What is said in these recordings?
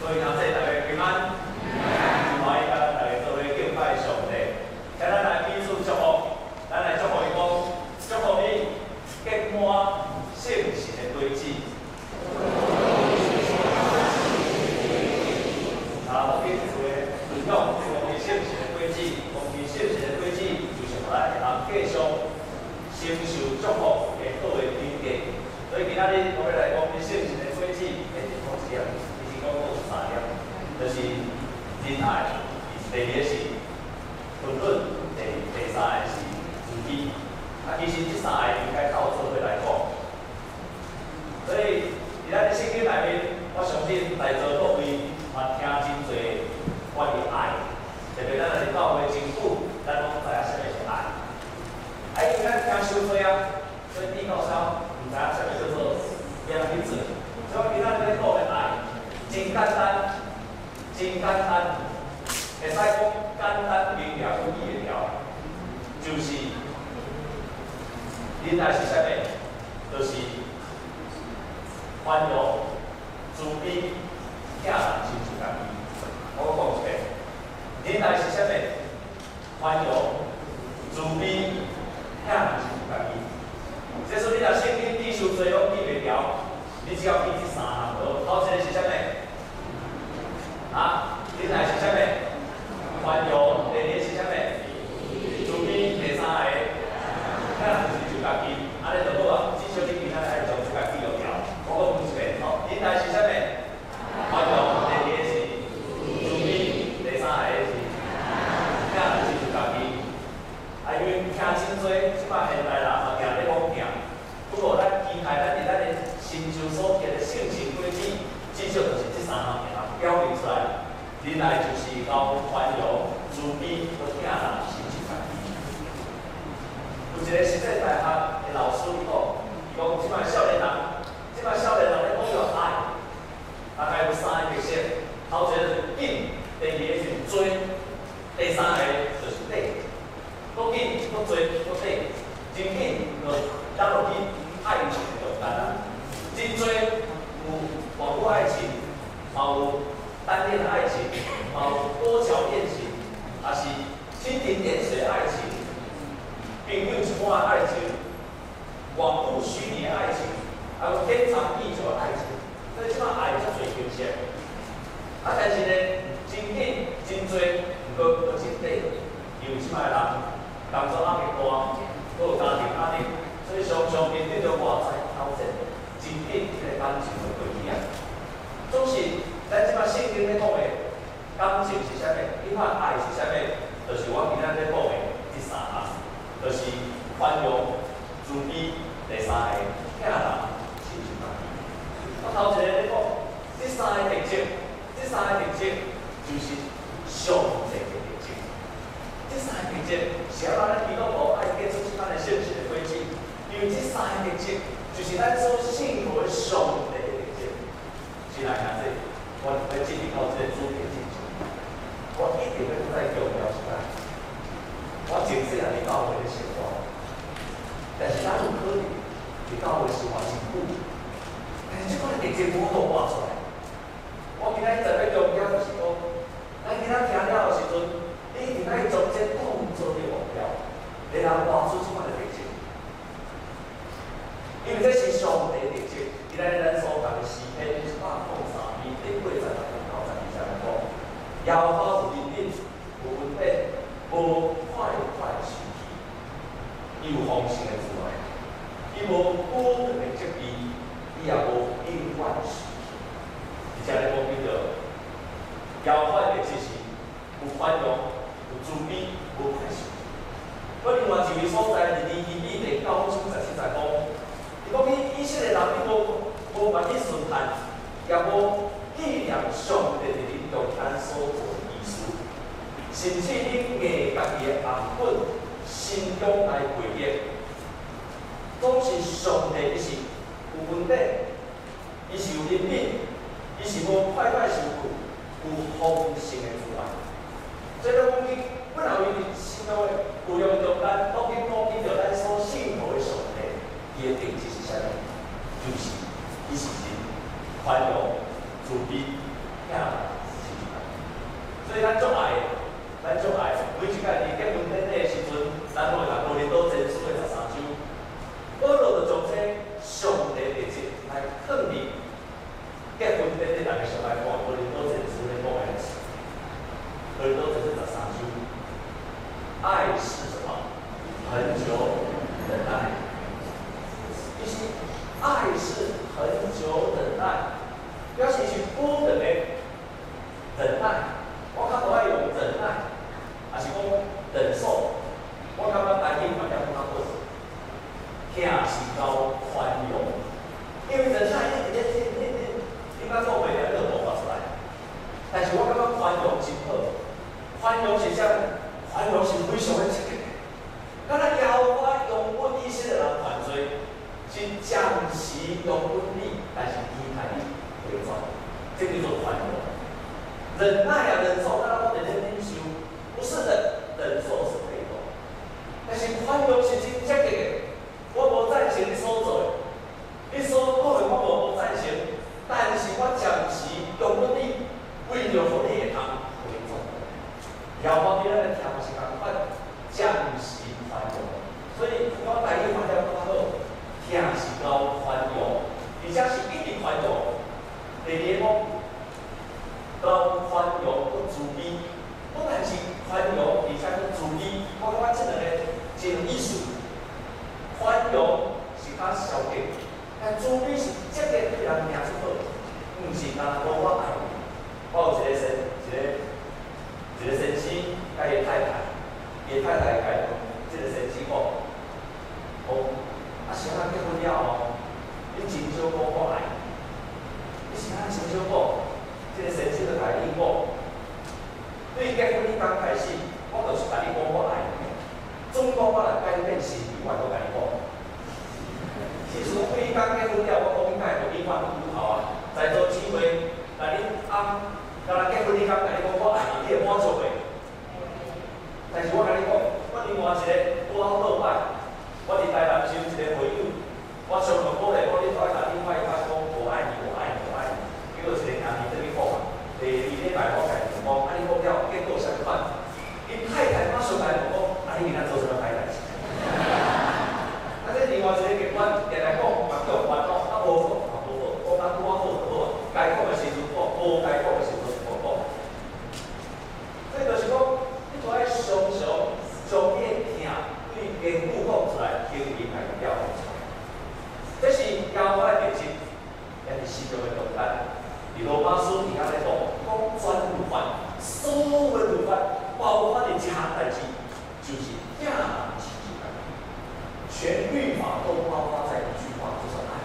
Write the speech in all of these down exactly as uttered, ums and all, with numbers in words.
所以头先大家平安，欢迎大家做伙敬拜上帝，请咱来彼此祝福，咱来祝福伊讲，祝福你结满圣神的堆积。啊，我跟诸位分享，祝福你圣神的堆积，奉你圣神的堆积，就是咱会通继续承受祝福的好的标记。所以今仔日我要来讲你圣神的堆积，一直讲一点。讲到三点，就是仁爱，第二个是分论，第第三个是自己。啊，其实这三个应该到做伙来讲。所以伫咱的圣经内面，我相信在座各位嘛听真侪关于爱，特别咱若是教会真久，咱拢知影啥物是爱。啊，因为咱听伤多啊，所以地到梢毋知影啥物叫做两品质。所以我今仔日咧讲的爱。真简单，真简单，会使讲简单明了有意的了，就是仁爱是啥物？就是宽容、慈悲、疼人亲像家己。我讲一遍，仁爱是啥物？宽容、慈悲、疼人亲像家己。这说你若圣经字数多拢记袂牢，你只要记这三项就好。头一个是啥物？啊，仁爱是啥物？宽容，第二是啥物？慈悲，第三个，疼人就是家己，安尼就好啊。至少你今仔日爱将自家记落条。我讲一遍，吼，仁爱是啥物？宽容，第二是慈悲，第三个是疼人就是家己。啊，因为听真多，即摆现代人嘛，行咧讲行，不过咱期待咱伫咱的心上所结的性情轨迹，至少就是这三项。表明出来，仁爱就是讲宽容、慈悲、和疼人亲像家己。有一个实践大学的老师伊讲，伊讲即摆少年人，即摆少年人咧讲到爱，大概有三个特色。头一个就是紧，第二个就是追，第三个就是短。搁紧、搁追、搁短，真紧就咱落去爱情的中间啦。真多有网络爱情。嘛有单恋的爱情，嘛有多桥恋情，也是蜻蜓点水的爱情，朋友一般的爱情，网络虚拟的爱情，还有天长地久的爱情，所以即摆爱足侪形式。啊，但是呢，真紧真多，毋过无真短，因为即摆人工作压力大，还有家庭压力，所以常常面对着外在挑战，真紧这个感情就过去啊。总是，咱即摆圣经咧讲的感情是啥物？你看爱是啥物？就是我今仔咧讲的这三项，就是宽容、慈悲，第三个疼人亲像家己。我头一个咧讲，这三个特质，这三个特质就是上帝的特质。这三个特质是要让咱基督徒爱结出即款的圣神的轨迹，因为这三个特质就是咱所信服的上帝。亲爱兄弟，我要建立到这个主题进行，我一定要再强调出来。我真细汉伫教会的生活，但是咱有可能伫教会生活真久，但是即款的特质无法画出来。我今仔日特别强调就是讲，咱今仔听了的时阵，你一定爱从这当作的目标，来来画出即款的特质，因为这是上帝的特质。今仔日咱所读的诗篇一百零三篇第八十六到九十二节来讲，耶和华有怜悯，有恩典，无快快时期，伊有丰盛的智慧，伊无孤单的责备，伊也无永远时期。而且咧讲到耶和华的特质是有宽容、有慈悲、无快时期。我另外一位所在是利希比第九章十七节讲。伊讲以以色列人伊无无愿意顺探，也无纪念上帝伫恁中间所做的意思，甚至恁硬家己的红本心中来回忆，总是上帝伊是有恩典，伊是有怜悯，伊是无快快受苦，有丰盛的智慧。所以咱讲起本来伊伫心中的有用中间，当去讲起着咱所信服的上帝。伊的特质是啥物？就是伊是真宽容、慈悲、疼囝人亲像家己。所以咱足爱，咱足爱，每一届伫结婚典礼的时阵，咱会甲无领导前书的十三章，保罗就将这上帝的这来肯定结婚典礼大家上爱看无领导前书咧讲的词，无领导前书十三章，爱是什么？恒久忍耐。其实爱是恒久忍耐，表示是不等的忍耐。我较无爱用忍耐，也是讲忍受。我感觉台语反正较好，听是较宽容，因为忍耐你直接你你你应该做袂了，你就无法出来。但是我感觉宽容真好，宽容是啥？宽容是非常的积极。敢若妖怪用本意识的人犯罪，是暂时用本理，但是依赖你回转，这叫做宽容。忍耐啊，忍受，咱我忍忍忍受，不是忍，忍受是被动。但是宽容是真积极的，我无赞成你所做的，你所讲的我无无赞成，但是我暂时用本理，为了互你会通回转。妖怪比咱的听是共款，暂时宽容，所以我台语发展较好，听是较宽容，而且是一直宽容。第二讲。高宽容不自卑，不但是宽容，而且佫自卑。我感觉这两个真有意思。宽容是较消极，但自卑是积极对人行出好，毋是单讲我爱你。我有一个先，一个一个先生，甲伊太太，伊太太甲伊讲，即个先生讲，讲啊是安结婚了后，你真少讲我爱你，你是安真少讲。这个先生就甲伊讲，对结婚刚开始，我就是甲你讲我爱你，总讲我来改变心意，我都甲你讲。其实对刚结婚了，我讲应该会比我有好啊，在座几位，那你啱，刚来结婚你刚甲你讲我爱你，你会满足袂？但是我甲你讲，我另外一个我好倒摆，我伫台南收一个会友，我上个鼓励我你再甲另外一半讲我爱你，我爱你，我爱你。结果一个兄弟对你讲啊，第二礼拜我家己讲，啊你讲了，结果相反，伊太太马上来讲，啊你今仔做什么歹代志？啊这另外一个结婚，定来讲，嘛叫烦恼，啊无好，啊无好，讲咱拄好好就好啊，该讲的时阵讲，无该讲的时阵无讲。所以就是讲，你就爱常常将你的听对根部讲出来，听伊来了出来。这是教我的特质，也是思想的重担。伫罗马书底下咧讲，讲全律法，所有的律法，包括你一项代志，就是亚人亲近家己。全律法都包括在一句话，就是爱。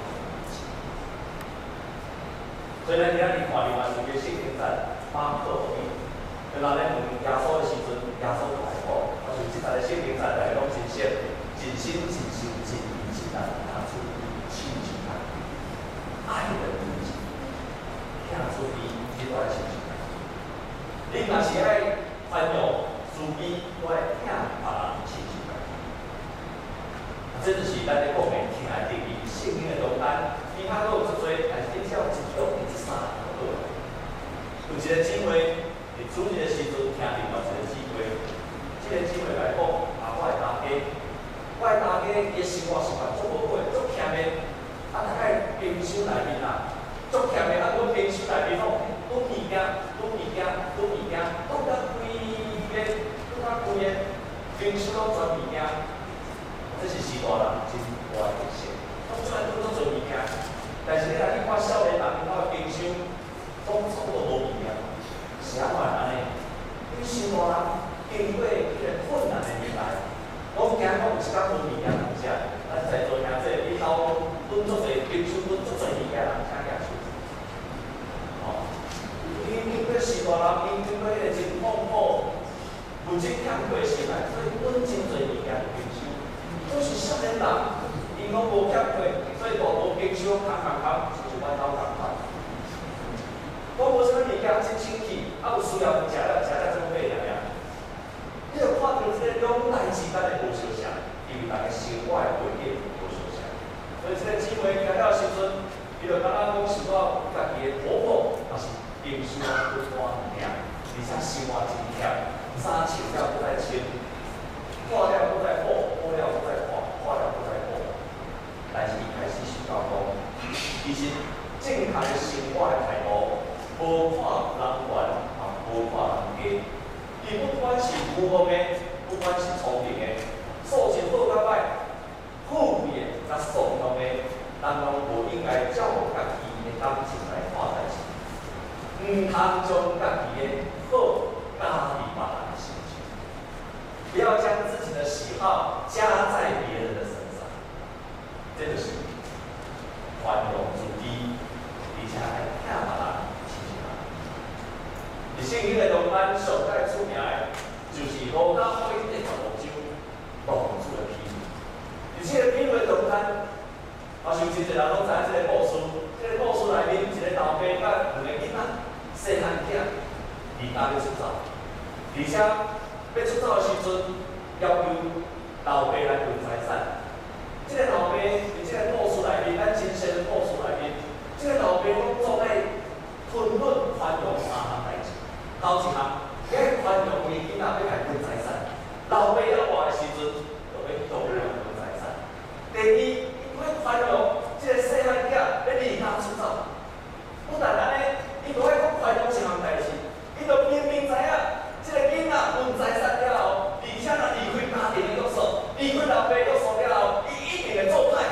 所以咱今仔日看另外一个圣经在马可福音，原来咧问耶稣的时阵，耶稣就来讲，我像即个圣经在来讲真实，真心、真心、真意、真人，他出亲近家己，爱的意思。听出比这段亲像，你若是爱宽容、慈悲，我爱听别人亲像。这就是咱咧讲的听的定义，圣经的中间，其他都有一做，但是你只要一种、一三就好了。有一个姊妹，伫主日的时阵听另外一个姊妹，这个姊妹来讲，啊，我的大家，我的大家，伊的生活习惯足无好，足欠的，啊，大概冰箱内面啊。足欠的，啊！阮平时内面拢拢物件、拢物件、拢物件，拢甲规个、拢甲规个平时拢全物件，这是时大人真大的特色。拢出来都做做物件，但是你若去看少年人，因我冰箱总总都无物件，啥话安尼？因为生活人经过迄个困难的年代，我惊我有一工无物件通食，咱在座兄弟，你兜囤足侪冰箱，囤足侪物件人请假出。因经过时代人，因经过迄个真痛苦、物质欠缺的时代，所以阮真侪物件就减少。都是少年人，因拢无欠缺，所以大部减少，空空空，就阮兜共款。我无啥物物件真清气，啊有需要食了食了怎买尔尔？你著看到即个两代之间的无相像，因为大家生活的背景无相像，所以即个姊妹听了时阵，伊就感觉讲我家己的婆婆，也是平时啊不拖物件，而且生活真忝，衫穿了不再穿，破了不再破，破了不再破，破了不再破。但是伊开始想到讲，其实正确的生活的态度，无看人悬，也无看人低。伊不管是有望的，不管是聪明的，素质好甲歹，富贵的甲爽朗的，咱拢无应该照家己的感情来看代志，毋通将家己的好加于别人的心情，不要将自己的喜好加在别人的身上，这就是宽容主义，而且还听别人亲近人。而圣经的中间上界出名的，就是路加福音第十五章浪子的比喻。而这个比喻的中间，也是真侪人拢知影这个故事。这个故事内面，一个老爸甲两个囡仔，细汉囝离家要出走，而且要出走的时阵，要求老爸来分财产。这个老爸伫这个故事内面，咱真实的故事内面，这个老爸拢做在吞忍宽容三项代志。头一项，伊爱宽容伊囡仔要来分财产，老爸要活的时阵，就要度量分财产。第二，伊爱宽容这个细汉囝要离家出走，不但安尼，伊就爱讲宽容一项代志，伊就明明知影，这个囡仔分财产了后，而且若离开家庭的约束，离开老爸约束了后，伊一定会做歹，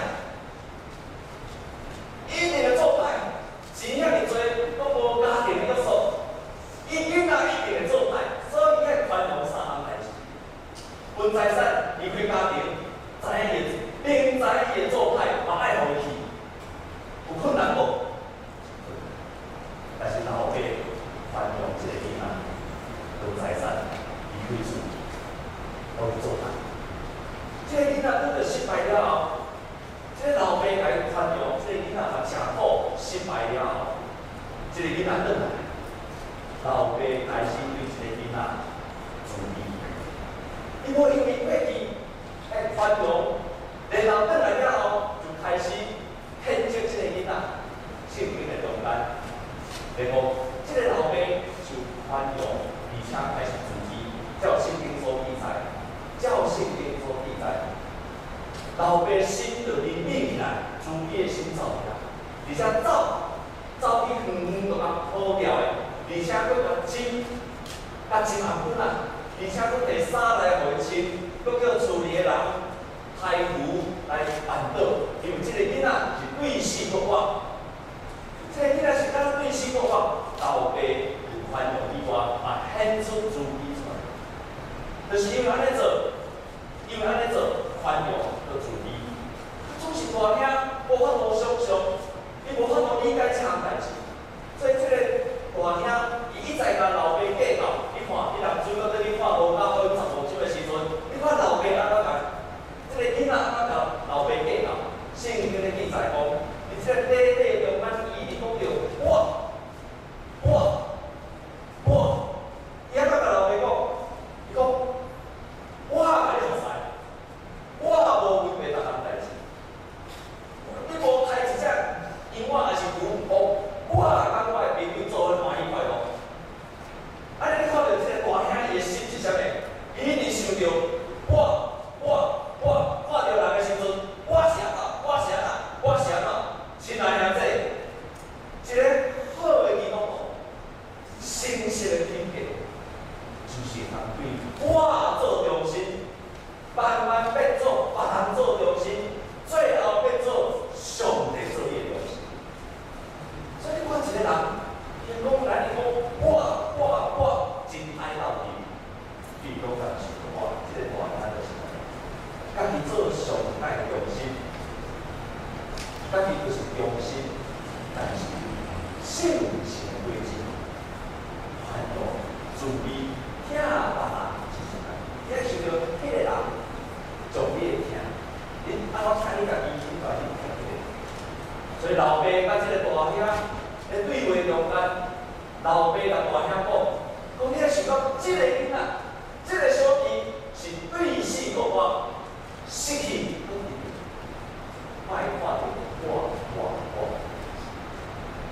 一定会做歹，钱遐尔多，都无家庭的约束。伊囡仔一定会做歹，所以伊爱宽容三项代志：分财产、离开家庭，知影伊明知伊会做歹，嘛爱互伊去。有困难无？但是老爸宽容这个囡仔，分财产、离开厝，都去做歹。这个囡仔拄着失败了后，这个老爸来宽容，这个囡仔嘛吃苦，失败了后，这个囡仔转来。老爸开始对这个囡仔注意，伊无因为过去爱宽容，然后转来了后就开始谴责这个囡仔，圣经的中间，然后这个老爸就宽容，而且开始注意，照圣经所记载，照圣经所记载，老爸心就灵敏起来，注意的心走起来，而且走走去远远就按好掉的。而且佫甲金，甲金也本啊，而且佫摕衫来互伊穿，佫叫厝里的人开符来办倒，因为即个囡仔是对死不活，即个囡仔是敢对死不活，老爸有宽容以外，嘛显出注意出来，就是因为安尼做，因为安尼做宽容和注意，总是大兄无法度想象，伊无法度理解这项代志，所以即、这个。大兄，伊一再甲老爸计较，你看，伊若主要对你看无到好十五周的时阵，你看老爸安怎甲，这个囡仔安怎甲老爸计较？圣经咧记载讲，你这个短短中间，伊伊讲着我，我，我，伊安怎甲老爸讲？伊讲，我甲你熟识，我无违背逐项代志，你无开一只永远也是牛哦。我甲我的朋友做伙欢喜快乐，安尼你看到这个大兄伊的心是啥物？伊一定想着我、我、我看到人的时阵，我是安怎，我是安怎，我是安怎。亲爱的兄弟，一个好的基督徒，诚实的品格，就是通对我做中心，万万变做别人做中心，最后变做上帝做伊的中心。所以你看一个人，听讲来你讲我我我真爱到底，比如讲是我这个大汉就是家己做上帝的中心，家己就是中心，但是性情规矩，宽容、注意、听别人是啥个，你要想着迄个人做你会听，你安怎听你家己，你家己听迄个。所以老爸甲这个大兄咧对话中间，老爸甲大兄讲，讲你要想到这个囡仔，这个小弟是对死不活，失去不敌，莫看到我我我。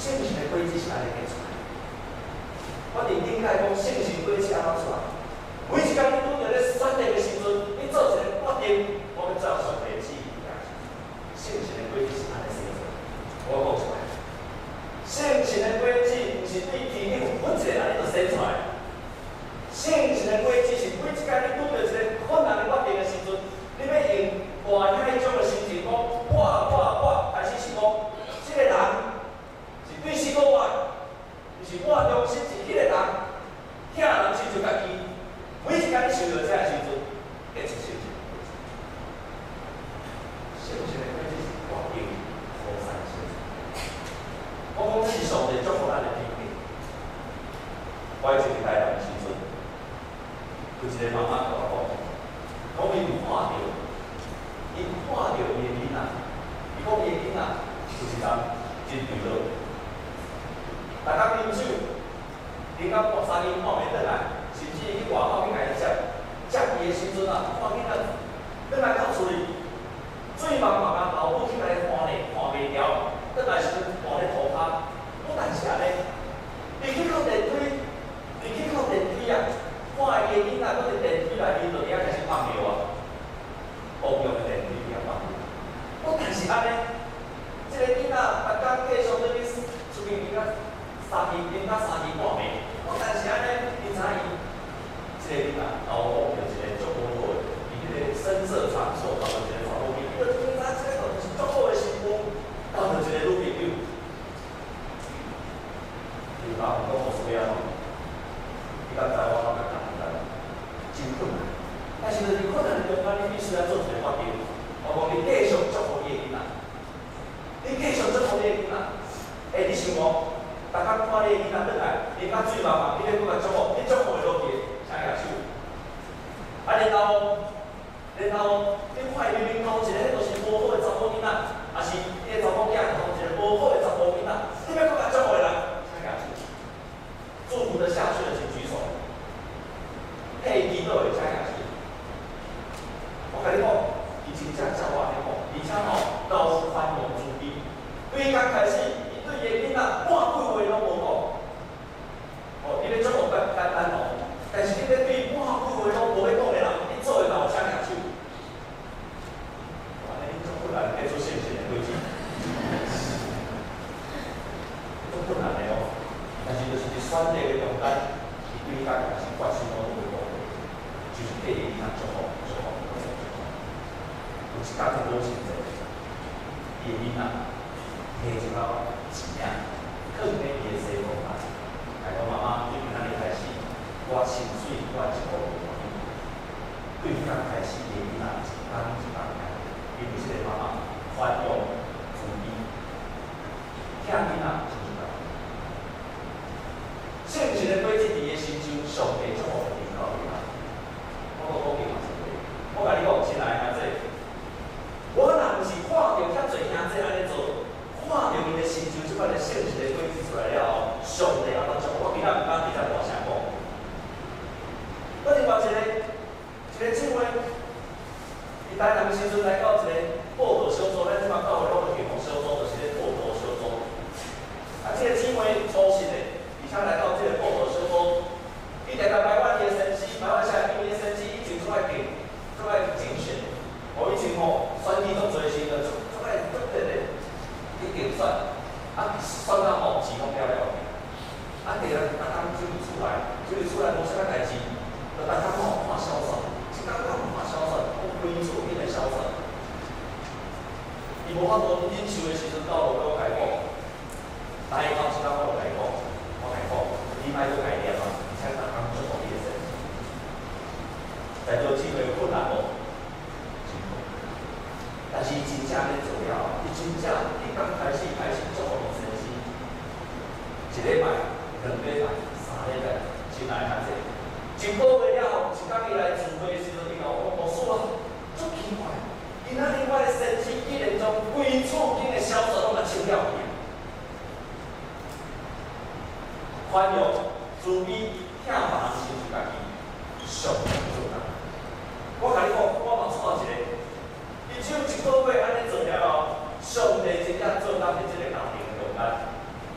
圣神的轨迹是安尼行出来。我伫顶解讲圣神轨迹安怎出来？每一工你拄着咧选择的时阵，你做一个决定，我要照上帝旨意行。圣神的轨迹是安尼生出来，我讲出来。圣神的轨迹毋是对天顶本一个安尼就生出来。圣神的轨迹是每一工你拄着一个困难的决定的时阵，你要用换遐迄种的心情讲，我我我开始是讲，即、這个人是对死过我，就是我中心是迄个人，疼人是就家己。每一工你想到这个时阵，会出圣神的轨迹。圣神的轨迹是环境好产生。我讲这是上帝祝福咱的天命。我以前伫台南的时阵，有一个妈妈甲我讲，讲伊有看到，伊看到伊的囡仔，伊讲伊的囡仔有一天真墜落，大家啉酒，啉到半三更半暝转来。甚至去外口去甲伊接，接伊的时阵啊，看囡仔转来到厝里，水茫茫啊，老母去甲伊看咧，看袂牢，转来时阵看咧涂骹。我但是安尼，你去靠电梯，你去靠电梯啊，看伊的囡仔搁伫电梯内面，就伫遐开始放尿啊，公用的电梯伫遐放尿。我但是安尼，即、這个囡仔逐工继续在咧出去啉到三更，啉到三更半暝。我但是安尼，你知伊？这个囡仔，老公有一个足好好的，伊迄个深色场所交到一个查某囡，伊就听他这个就是足好的新妇，交到一个女朋友。伊老公讲我是要喏，伊敢知我我甲讲毋知，真困难。但是就是困难的中间，你必须要做一个决定。我讲你继续祝福你的囡仔，你继续祝福你的囡仔。哎，你想讲？大家看你囡仔转来，啉甲水茫茫，你咧搁甲祝福，你祝福会落去，请举手。啊，然后，然后你看伊面头一个，迄就是无好的查某囡仔，也是伊个查某囝头一个无好的查某囡仔，你要搁甲祝福的人，请举手。祝福的下去的请举手。配祈祷的请举手。我甲你讲，伊真正照我安尼讲，而且吼，老师宽容慈悲，规工开始。对伊囡仔半句话拢无讲，哦，你咧做无简简单哦，但是你咧对半句话拢无要讲的人，你做会到请举手。安尼你足困难，会出圣神的轨迹，足困难的哦。但是就是伫选择的中间，伊对家己是决心拢无讲，就是对伊囡仔祝福，祝福，祝福。有一家庭好现在，伊的囡仔摕一包。钱啊，放在伊个西裤内，来讲妈妈，对今仔日开始，我薪水我一个月给你。对今仔开始，伊囡仔一工一工来，因为即个妈妈宽容慈悲，疼囡仔真重要。圣神的轨迹伫个心中，上帝祝福的领导囡仔。我讲讲句话是对，我甲你讲，亲爱的兄弟，我若毋是看到遐侪兄弟安尼做。看到伊的心中即款的圣神的轨迹出来了后，上帝也帮助我。今仔毋敢伫遮大声讲。我另外一个一个姊妹，伊台南时阵来到一个报道小组，咱即摆教会拢有地方小组，就是咧报道小组。啊，即、這个姊妹初信的，而且来到即个报道小组，伊定定台湾伊的神师，台湾下面的神师以前出来竞，出来竞选，我以前吼选举拢做时就出出来出来咧。去竞选，啊，选到吼市拢了了，啊，第二逐工就是出来，就是出来无啥物代志，就逐工吼看销售，一工工看销售，讲规厝边的销售。伊无法度忍受的时阵，到路甲我讲，来到时间我就甲伊讲，我甲伊讲，你莫搁改念啊，而且逐工做好你的事。在座姊妹有困难无？但是真正咧做了，伊真正伊刚开始开始做好神事，一礼拜、两礼拜、三礼拜，真爱看者。一个月了后，一工伊来聚会的时阵，伊甲我讲：老师啊，足奇怪，今仔日我的神事竟然将规厝间的销售拢甲清了去。宽容、慈悲、疼别人是自家己，上帝做人。我甲你讲，我嘛错一个。伊只有一个月安尼做了后，上帝真正做咱伫即个家庭的中间，一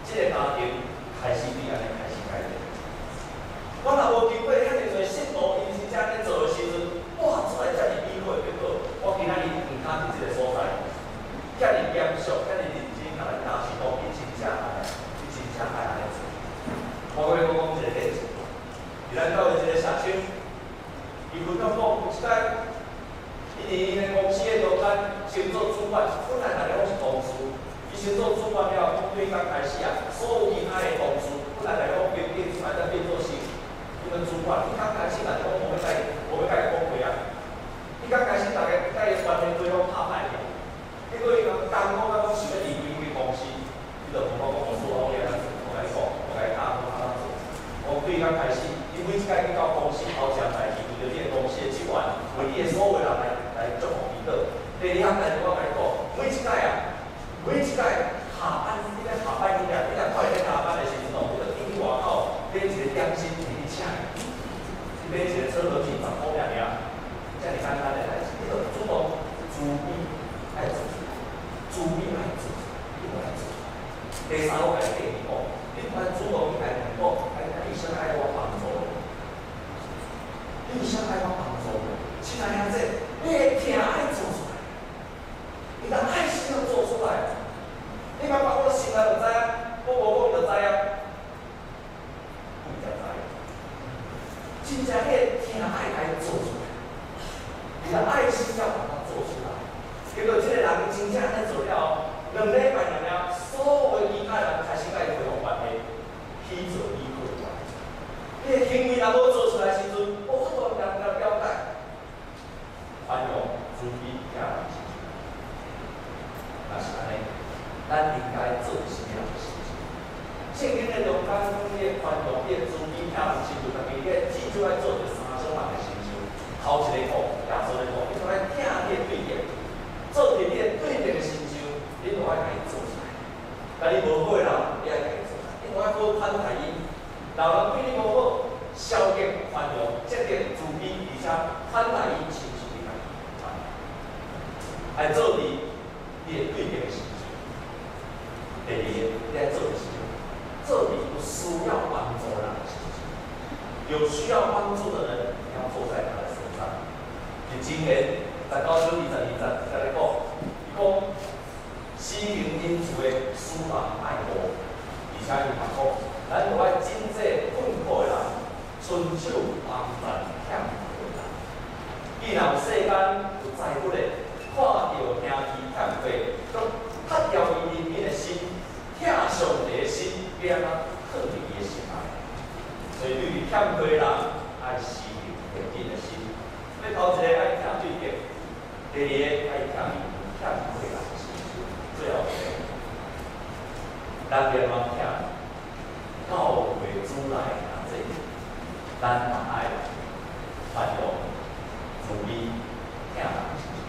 这个家庭开始比安尼开始改变。我若无经过遐尼侪信徒因真正咧做的时阵，哇，出来遮尔美好的结果，我今仔日毋敢伫一个所在，遮尔严肃，遮尔认真，甲咱教是讲，伊真正爱，伊真正爱安尼做。我要讲讲一个例子，伫咱教会一个社长，伊分享讲，有一摆，因为因个公司的老板先做主管，本来大家拢是同事，伊先做主管了，从对刚开始啊，所有其他的同事，本来大家拢变变出来，再变做事。伊个主管，伊刚开始大家讲无要甲伊，无要甲伊讲话啊。伊刚开始大家甲伊团队对拢拍歹去，结果伊讲刚讲甲讲想要离开伊公司，伊就同我讲我做好嘢啦，我甲你讲，我甲你打我安怎做。我对刚开始，伊每一届去到公司头一项代志，为着你个公司的职员，为你的所有人来来祝福伊个。第二项代志我甲你讲，每一届啊，每一届下班，你咧下班你俩，你俩快点下班的时阵，你就顶去外口买一个点心。你买一个车轮饼，十块两两，遮尔简单的代志，你着主动自己爱做，自己爱做，你着爱做。第三，我甲你建议讲，你不管主动去爱讲，爱爱医生爱我帮助，医生爱我帮助，亲爱的姐，你的疼爱做出来，你的爱心要做出来。你莫把我心内就知影，我无讲就知影，不就知。真正迄个疼爱该做出来，你的爱心要把它做出来。结果这个人真正安尼做了，两礼拜了了，所有的其他人开始甲伊回复关系，去做理会关系。你的行为若无做出来时阵，无法度人人了解。宽容、慈悲、疼爱，若是安尼，咱应该做什么样的事情？圣经的中间讲，你的宽容、你的慈悲、疼爱，是就特别个。就爱做着三种人的成就。头一个讲，耶稣咧讲，你就爱听你的对应，做着你的对应的成就，你就爱家己做出来。但你无好的人，你爱家己做出来，你就爱好款待伊。老人对你无好，消极宽容，积极自卑，而且款待伊，亲像你家己。爱做你你的对应的成就。第二，你爱做的是做你有需要帮助人的成就。有需要帮助的人，你要坐在他的身上。你今年在高九二十二十在咧讲，伊讲施行因主的使人爱我，而且伊嘛讲，咱就爱真济困苦的人，伸手帮助欠苦的人。伊若有世间有财富的，看到兄弟欠费，都拍掉伊怜悯的心，疼上帝的心，要安怎靠伫伊的心内。所以对于欠亏的人，爱施行平静的心。你头一个爱听对应，第二个爱听欠亏人的心，最后一个，咱别忘听教会主来拿这，咱嘛爱宽容、慈悲、疼人的心。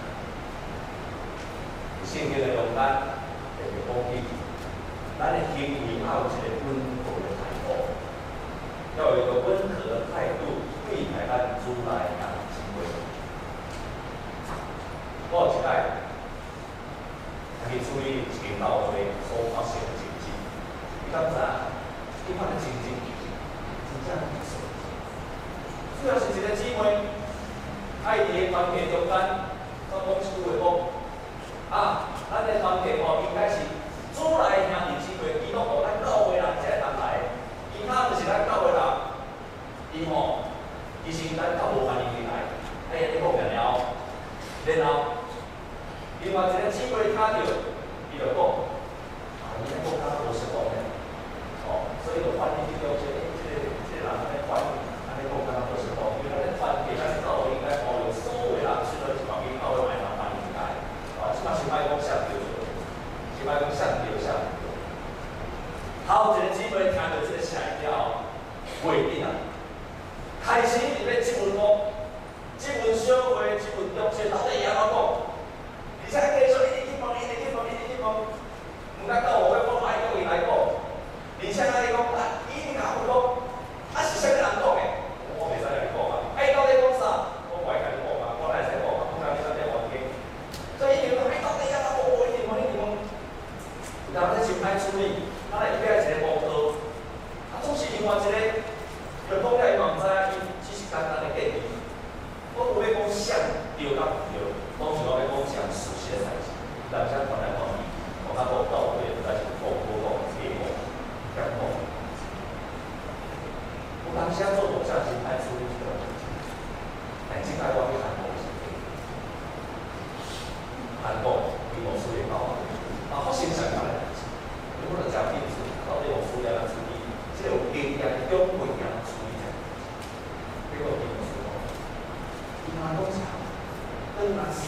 圣经的中间特别讲起，咱的行为要有一个温和的态度。要有一个温和的态度对待咱主来人的行为。我有一摆，去处理一间教会所发生的情形，你敢知影？伊发生情形真正严肃。主要是一个姊妹，爱伫个团体中间，我讲一句话讲，啊，咱个团体吼应该是主来兄弟姊妹，基督徒咱教会人才会当来。其他就是咱教会人，伊吼，其实咱较无欢迎伊来。哎呀，你讲完了，然后另外一个姊妹听到，伊就讲，啊，伊咧讲较无实讲咧，哦，所以就欢迎去了解，即个即个人安尼欢迎，安尼讲较无实讲，因为咱咧团体，咱教会应该包容所有人，虽然是旁边教会来人欢迎来，啊，即摆是歹讲啥对，是歹讲啥对啥对。头一个姊妹听到这个声音了，袂紧啊，开始一直要质问我，质问小会，质问中学到底会安怎讲，而且继续一直去问，一直去问，一直去问，毋敢到我会讲爱讲伊来讲，而且啊，伊讲啊，伊一直甲我讲，啊是啥个人讲的？我袂使甲你讲啊，啊伊到底讲啥？我袂甲你讲啊，我哪会使讲啊？我甲你在在环境，所以伊就讲，哎到底安怎讲？我一直问，一直问，然后在心歹处理。咱来了解一个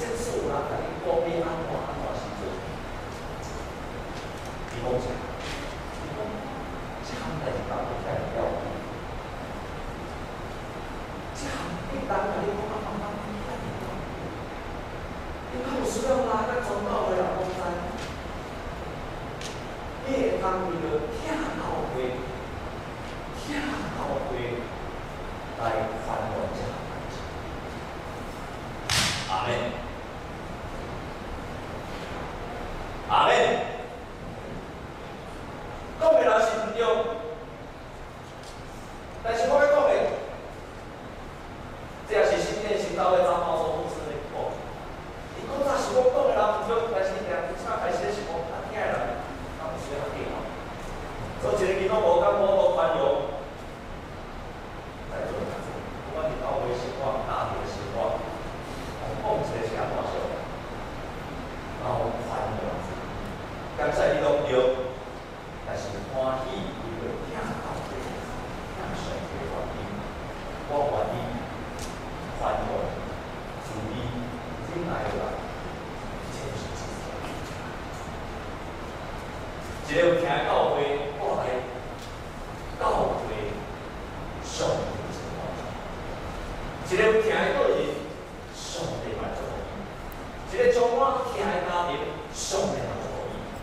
先数人甲你讲你安怎安怎时阵，你讲啥？你讲，这项代志搞不起来了。这项你当甲你讲啊，慢慢慢慢慢，你敢有需要拉到中道的人讲知？你会当为着听教会，听教会来翻转这项代志。阿门。阿门。讲的人是毋对，但是我要讲的，这也是新店新道的长老所牧师的讲。伊讲早是我讲的人毋对，但是伊定有啥开始是讲啊听的人，啊有需要听哦。做一个囡仔无敢无无宽容，在做啥子？不管是教会生活、家庭的生活，讲一个是安怎想，然后宽容，感谢你拢对。但是欢喜为了听教会、听神的原因，我愿意宽容、主义、忍耐的人，坚持自己。一个有听教会，我来教会上帝的情况下；一个有听个人，上帝满足伊；一个将我听的家庭，上帝满足。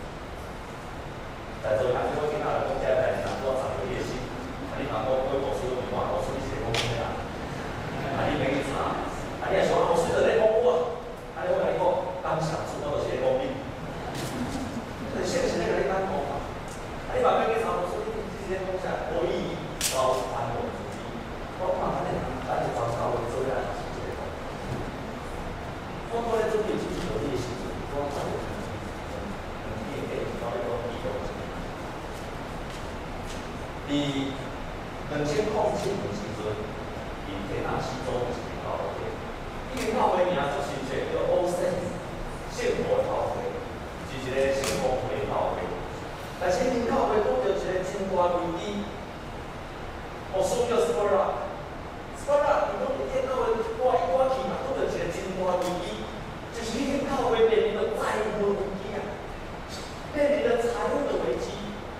在座还是我听到的讲，这代志，我常有热心。啊，你若讲我读书，我读书你是讲咩啦？啊，你免去查，啊，你若想老师就在讲我，啊，你我甲你讲，当下主我就是在讲你。所以现实那个你当讲嘛，啊，你慢慢去查老师，你这些讲啥无意义，高宽容主义。我慢慢的，咱就专教会做下是这个讲。我我咧准备出去做这个时阵，我做个。你可以搞一个比较。伫两千零七年时阵，伫天南西州一间教会，迄间教会名足神奇，叫 All Saints 圣母教会，是一个圣公会教会。但是迄间教会拄着一个真大危机，牧师叫 Spurlock，Spurlock 伊讲迄间教会我一我去嘛，拄着一个真大危机，就是迄间教会面临着债务危机啊，面临着财务的危机。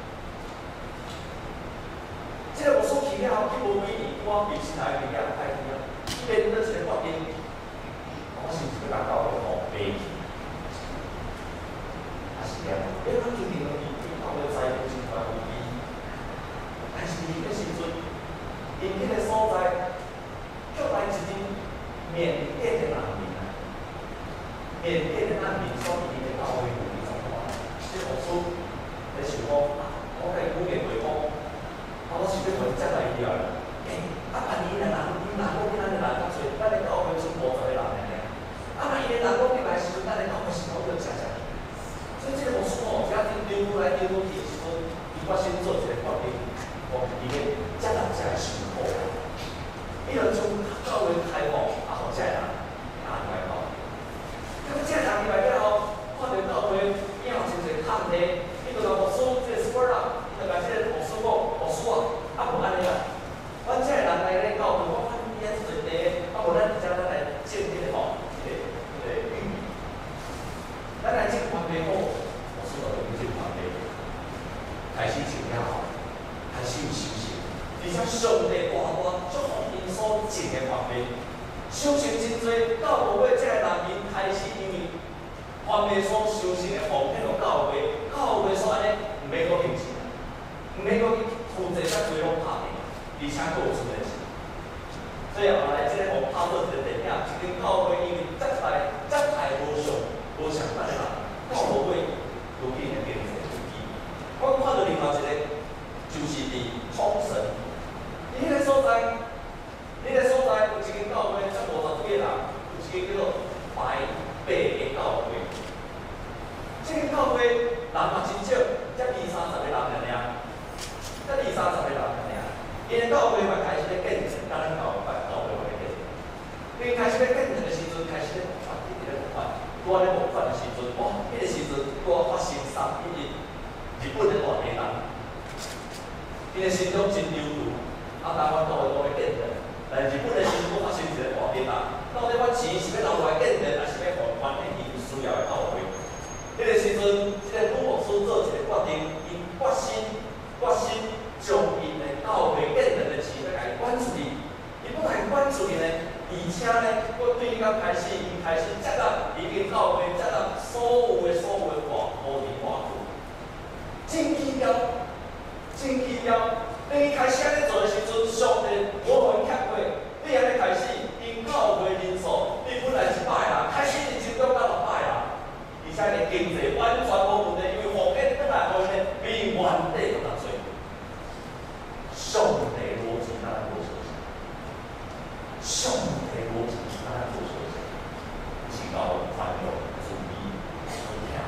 这个牧师去了后，去无几年，我比起来比较歹去啊。伊面对一个决定，我是一个人教会吼背去，也是这样。因为咱今年伊伊教会财务真大危机，但是伊个时阵，因迄个所在，叫来一群缅甸的难民啊，缅甸的难民所伫伊个教会有几种话，这牧师在想讲，我甲伊鼓励回讲。啊！我是要问接来以后，诶，啊，万一个人，伊人讲比咱个人较侪，咱个教会剩五十个人尔。啊，万一个人讲进来时阵，咱个教会是好着正正。所以这个牧师吼，只要丢丢来丢去的时阵，伊决心做一个决定，讲伊个接人才会辛苦。伊就从教会开放，啊，互这人拿入来教。咁这人入来了后，看到教会以后真侪探底，伊就甲牧师这个 support 啦，伊就甲这个牧师讲。牧师啊，啊无安尼啦，阮这个人来咧教会，我看你遐侪地，啊无咱而家咱来建迄个吼，迄个迄个玉米，咱来种番麦好，牧师就用种番麦，开始种了后，开始有收成，而且上帝大大祝福因所种的番麦，收成真多，到后尾这个人民开始因为番麦所收成的奉献到教会，教会所安尼毋免搁兴钱，毋免搁去。负责甲规拢拍平，而且佫有出来钱。所以后来即个互拍做一个电影，一间教会因为接待接待无上无上班的人，到后尾有变成变成危机。我看到另外一个，就是伫冲绳，伊迄个所在，迄个所在有一间教会，才五十几个人，有一间叫做白白的教会。这间教会人嘛真少，才二三十个人尔尔。才二三十个人尔，因为教会嘛开始咧建设，甲咱教会教会嘛咧建设。因为开始咧建设的时阵，开始咧募款，一直咧募款。拄仔咧募款的时阵，哇，迄个时阵拄仔发生三一一日本的大地震，因为心中真忧虑，啊，台湾教会都咧建设，但日本的时阵发生一个大地震，到底我钱是要留来建设，还是要互决定，因决心决心将因的教会建立的钱要来管出去，伊要来管出去呢，而且呢，我对伊刚开始，伊开始接纳已经教会接纳所有的所有的话，无听话句，真奇妙，真奇妙。你开始安尼做的时阵，上帝无互因欠过，你安尼开始，因教会人数，你本来一百人，开始你就到到六百人，而且你经济完全无问题，因为奉献转来后呢，比原地更加多。上帝逻辑当然无所谓，上帝逻辑当然无所谓，是到宽容、注意、体谅。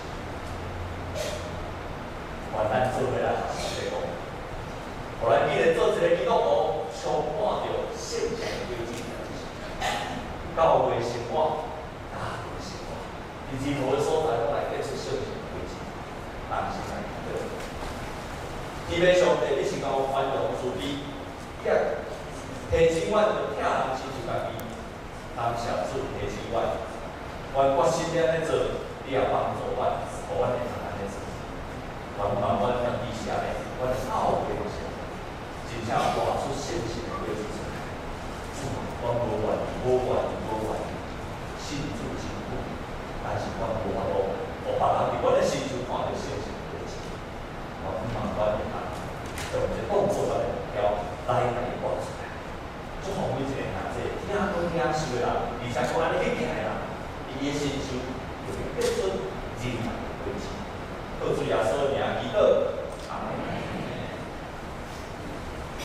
完咱做回来学习讲，后来既然做一个基督徒，充满着圣贤规矩，教会生活、家庭生活，以任何的所在拢来建设圣贤规矩，人生来对。基本上帝，你是甲我宽容慈悲，也提醒阮着疼人亲像家己，感谢主提醒阮，阮决心了安尼做，你也帮助阮，互阮会通安尼做。愿望阮向地下的，阮教会的生活，真正活出圣贤的规矩出来。主，阮无愿意，无愿意，无愿意，信主真苦，但是阮无法度，互别人伫阮的身上看到圣贤的规矩。我希望阮会通用一个动作上的目标来来活出来。祝福每一个人，这听讲听受的人，而且讲安尼去行的人，伊的身上就会结出人的规矩。靠主耶稣的名祈祷。